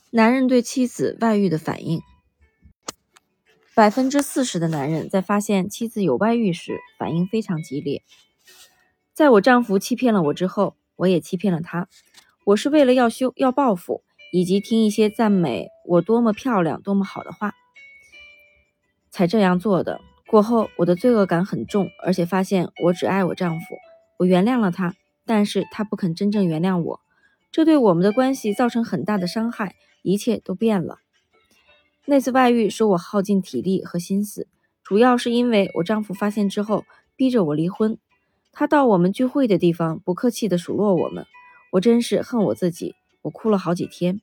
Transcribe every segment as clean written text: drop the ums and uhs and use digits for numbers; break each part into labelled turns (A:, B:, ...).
A: 男人对妻子外遇的反应。40%的男人在发现妻子有外遇时反应非常激烈。在我丈夫欺骗了我之后，我也欺骗了他。我是为了要报复，以及听一些赞美我多么漂亮多么好的话才这样做的。过后我的罪恶感很重，而且发现我只爱我丈夫。我原谅了他，但是他不肯真正原谅我，这对我们的关系造成很大的伤害，一切都变了。那次外遇使我耗尽体力和心思，主要是因为我丈夫发现之后逼着我离婚。他到我们聚会的地方不客气地数落我们，我真是恨我自己，我哭了好几天。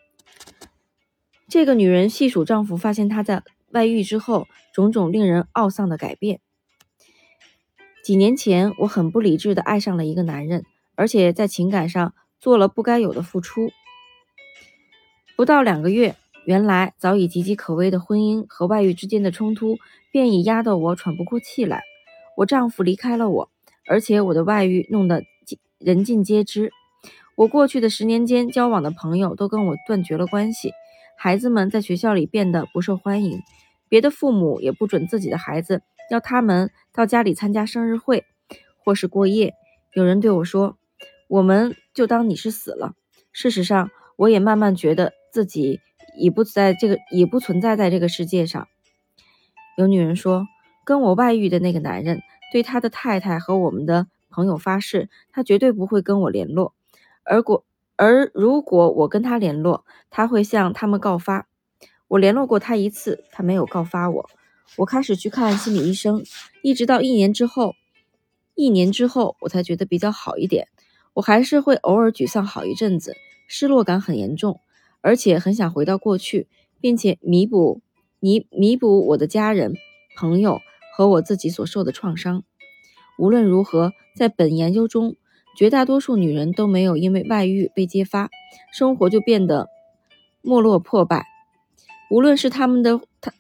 A: 这个女人细数丈夫发现她在外遇之后种种令人懊丧的改变。几年前，我很不理智地爱上了一个男人，而且在情感上做了不该有的付出。不到2个月，原来早已岌岌可危的婚姻和外遇之间的冲突便已压得我喘不过气来。我丈夫离开了我，而且我的外遇弄得人尽皆知。我过去的10年间交往的朋友都跟我断绝了关系，孩子们在学校里变得不受欢迎，别的父母也不准自己的孩子要他们到家里参加生日会或是过夜。有人对我说，我们就当你是死了。事实上，我也慢慢觉得自己已不存在在这个世界上。有女人说，跟我外遇的那个男人对他的太太和我们的朋友发誓，他绝对不会跟我联络，而如果我跟他联络，他会向他们告发。我联络过他1次，他没有告发我。我开始去看心理医生，一直到1年之后我才觉得比较好一点。我还是会偶尔沮丧好一阵子，失落感很严重，而且很想回到过去，并且弥补我的家人、朋友和我自己所受的创伤。无论如何，在本研究中，绝大多数女人都没有因为外遇被揭发，生活就变得没落破败。无论是他们的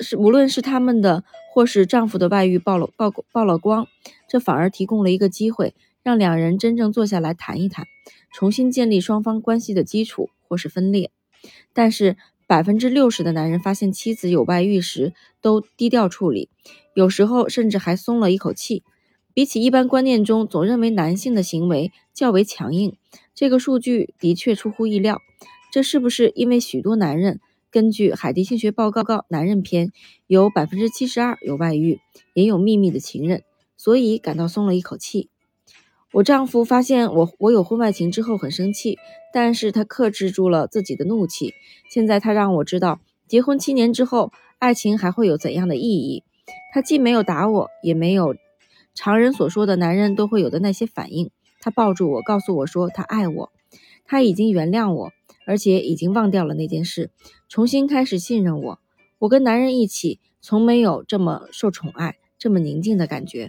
A: 或是丈夫的外遇曝了光，这反而提供了一个机会，让2人真正坐下来谈一谈，重新建立双方关系的基础，或是分裂。但是60%的男人发现妻子有外遇时都低调处理，有时候甚至还松了一口气。比起一般观念中总认为男性的行为较为强硬，这个数据的确出乎意料。这是不是因为许多男人根据海迪性学报告男人篇有 72% 有外遇，也有秘密的情人，所以感到松了一口气？我丈夫发现我有婚外情之后很生气，但是他克制住了自己的怒气。现在他让我知道，结婚7年之后，爱情还会有怎样的意义。他既没有打我，也没有常人所说的男人都会有的那些反应。他抱住我，告诉我说他爱我，他已经原谅我，而且已经忘掉了那件事，重新开始信任我。我跟男人一起，从没有这么受宠爱，这么宁静的感觉。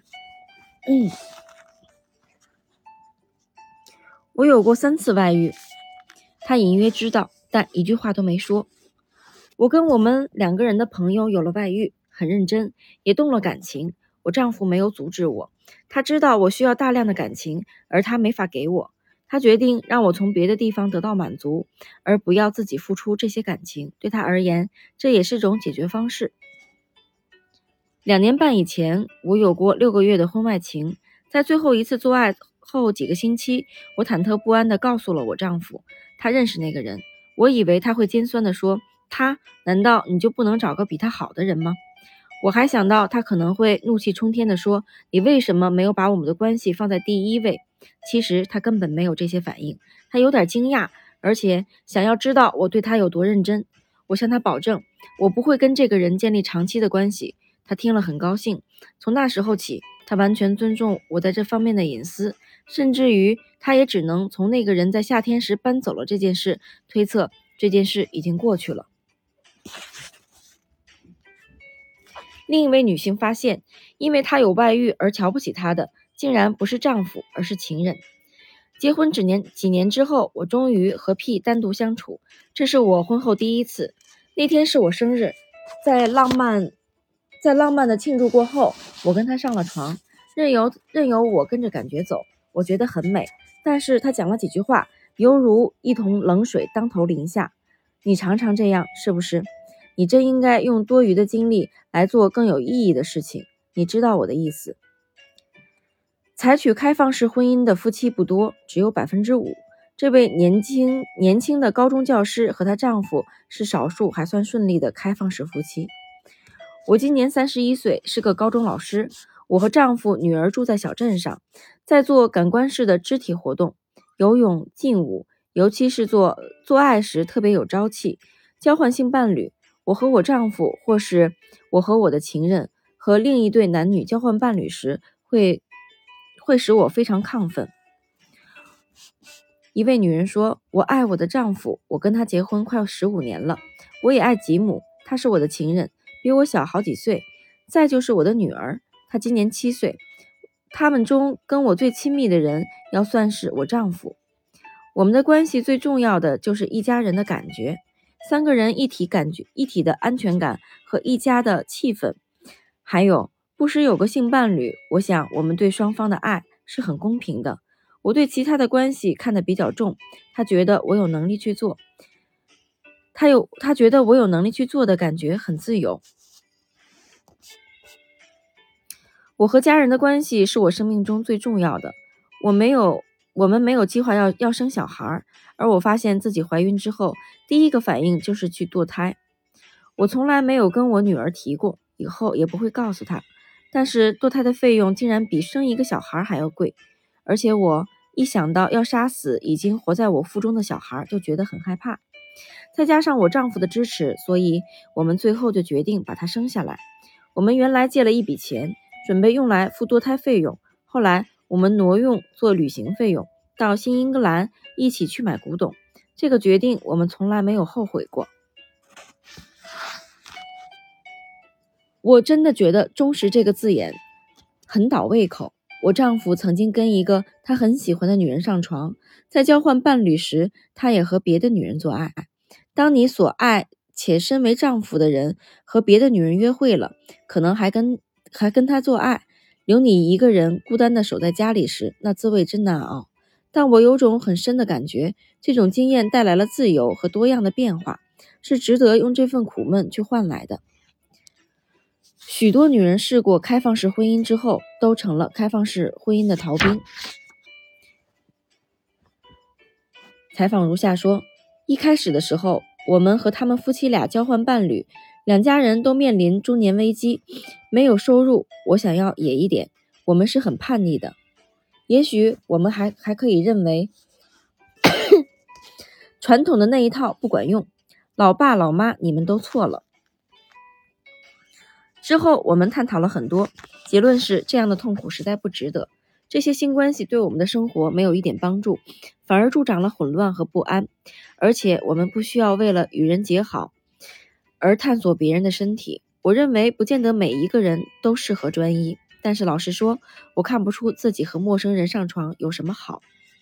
A: 我有过3次外遇，他隐约知道，但一句话都没说。我跟我们2个人的朋友有了外遇，很认真，也动了感情。我丈夫没有阻止我，他知道我需要大量的感情，而他没法给我。他决定让我从别的地方得到满足，而不要自己付出这些感情。对他而言，这也是种解决方式。2年半以前，我有过6个月的婚外情。在最后一次做爱后几个星期，我忐忑不安地告诉了我丈夫，他认识那个人。我以为他会尖酸地说，难道你就不能找个比他好的人吗？我还想到他可能会怒气冲天地说，你为什么没有把我们的关系放在第一位？其实他根本没有这些反应，他有点惊讶，而且想要知道我对他有多认真。我向他保证，我不会跟这个人建立长期的关系。他听了很高兴，从那时候起，他完全尊重我在这方面的隐私，甚至于他也只能从那个人在夏天时搬走了这件事推测这件事已经过去了。另一位女性发现，因为她有外遇而瞧不起她的，竟然不是丈夫，而是情人。结婚几年之后，我终于和 P 单独相处，这是我婚后第1次。那天是我生日，在浪漫的庆祝过后，我跟他上了床，任由我跟着感觉走，我觉得很美。但是他讲了几句话，犹如一桶冷水当头淋下。 你常常这样，是不是？你真应该用多余的精力来做更有意义的事情。你知道我的意思。采取开放式婚姻的夫妻不多，只有5%。这位年轻的高中教师和她丈夫是少数还算顺利的开放式夫妻。我今年31岁，是个高中老师。我和丈夫、女儿住在小镇上，在做感官式的肢体活动，游泳、劲舞，尤其是做爱时特别有朝气。交换性伴侣，我和我丈夫，或是我和我的情人和另一对男女交换伴侣时，会使我非常亢奋。一位女人说，我爱我的丈夫，我跟他结婚快15年了。我也爱吉姆，他是我的情人，比我小好几岁。再就是我的女儿，她今年7岁。他们中跟我最亲密的人要算是我丈夫。我们的关系最重要的就是一家人的感觉，3个人一体的安全感和一家的气氛。还有不时有个性伴侣，我想我们对双方的爱是很公平的。我对其他的关系看得比较重，他觉得我有能力去做，他觉得我有能力去做的感觉很自由。我和家人的关系是我生命中最重要的。我们没有计划要生小孩，而我发现自己怀孕之后，第一个反应就是去堕胎。我从来没有跟我女儿提过，以后也不会告诉她。但是堕胎的费用竟然比生一个小孩还要贵，而且我一想到要杀死已经活在我腹中的小孩，就觉得很害怕。再加上我丈夫的支持，所以我们最后就决定把她生下来。我们原来借了一笔钱，准备用来付堕胎费用，后来我们挪用做旅行费用，到新英格兰一起去买古董。这个决定我们从来没有后悔过。我真的觉得忠实这个字眼很倒胃口。我丈夫曾经跟一个他很喜欢的女人上床，在交换伴侣时，他也和别的女人做爱。当你所爱且身为丈夫的人和别的女人约会了，可能还跟他做爱，留你一个人孤单的守在家里时，那滋味真难熬。但我有种很深的感觉，这种经验带来了自由和多样的变化，是值得用这份苦闷去换来的。许多女人试过开放式婚姻之后，都成了开放式婚姻的逃兵。采访如下说，一开始的时候，我们和他们夫妻俩交换伴侣，2家人都面临中年危机，没有收入，我想要野一点，我们是很叛逆的。也许我们还可以认为传统的那一套不管用，老爸老妈你们都错了。之后我们探讨了很多，结论是这样的痛苦实在不值得。这些新关系对我们的生活没有一点帮助，反而助长了混乱和不安。而且我们不需要为了与人结好而探索别人的身体。我认为不见得每一个人都适合专一，但是老实说，我看不出自己和陌生人上床有什么好。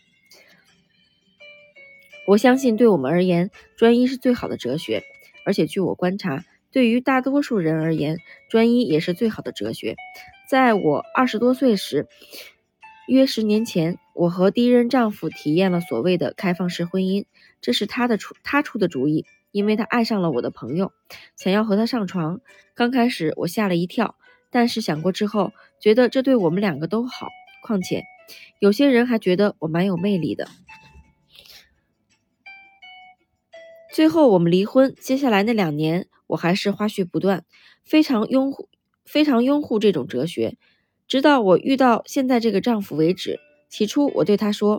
A: 我相信对我们而言，专一是最好的哲学，而且据我观察，对于大多数人而言，专一也是最好的哲学。在我20多岁时，约10年前，我和第一任丈夫体验了所谓的开放式婚姻，这是他出的主意，因为他爱上了我的朋友，想要和他上床。刚开始我吓了一跳，但是想过之后，觉得这对我们2个都好，况且有些人还觉得我蛮有魅力的。最后我们离婚，接下来那2年，我还是花絮不断，非常拥护这种哲学，直到我遇到现在这个丈夫为止。起初我对他说，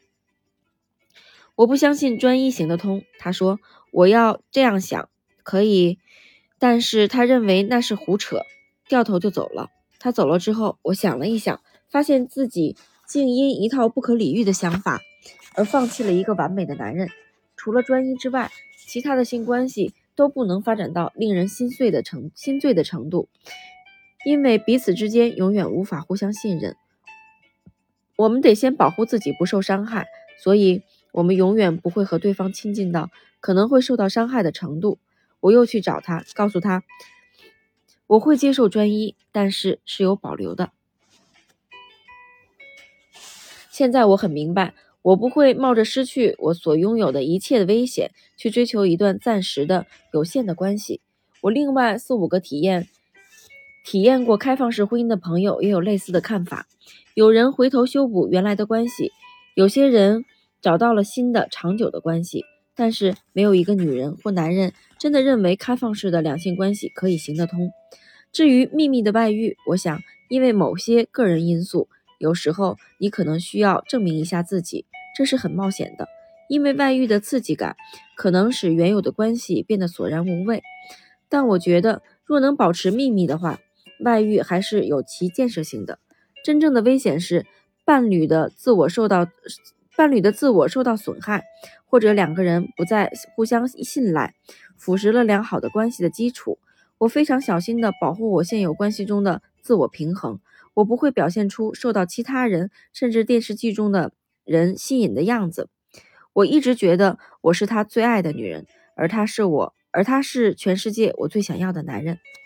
A: 我不相信专一行得通。他说，我要这样想，可以，但是他认为那是胡扯，掉头就走了。他走了之后，我想了一想，发现自己竟因一套不可理喻的想法而放弃了一个完美的男人。除了专一之外，其他的性关系都不能发展到令人心碎的程度，因为彼此之间永远无法互相信任。我们得先保护自己不受伤害，所以我们永远不会和对方亲近到可能会受到伤害的程度。我又去找他，告诉他我会接受专一，但是是有保留的。现在我很明白， 我不会冒着失去我所拥有的一切的危险去追求一段暂时的有限的关系。我另外4-5个体验过开放式婚姻的朋友也有类似的看法。有人回头修补原来的关系，有些人找到了新的长久的关系，但是没有一个女人或男人真的认为开放式的两性关系可以行得通。至于秘密的外遇，我想因为某些个人因素，有时候你可能需要证明一下自己，这是很冒险的，因为外遇的刺激感可能使原有的关系变得索然无味。但我觉得若能保持秘密的话，外遇还是有其建设性的。真正的危险是伴侣的自我受到损害，或者两个人不再互相信赖，腐蚀了良好的关系的基础。我非常小心地保护我现有关系中的自我平衡，我不会表现出受到其他人甚至电视剧中的人吸引的样子。我一直觉得我是他最爱的女人，而他是全世界我最想要的男人。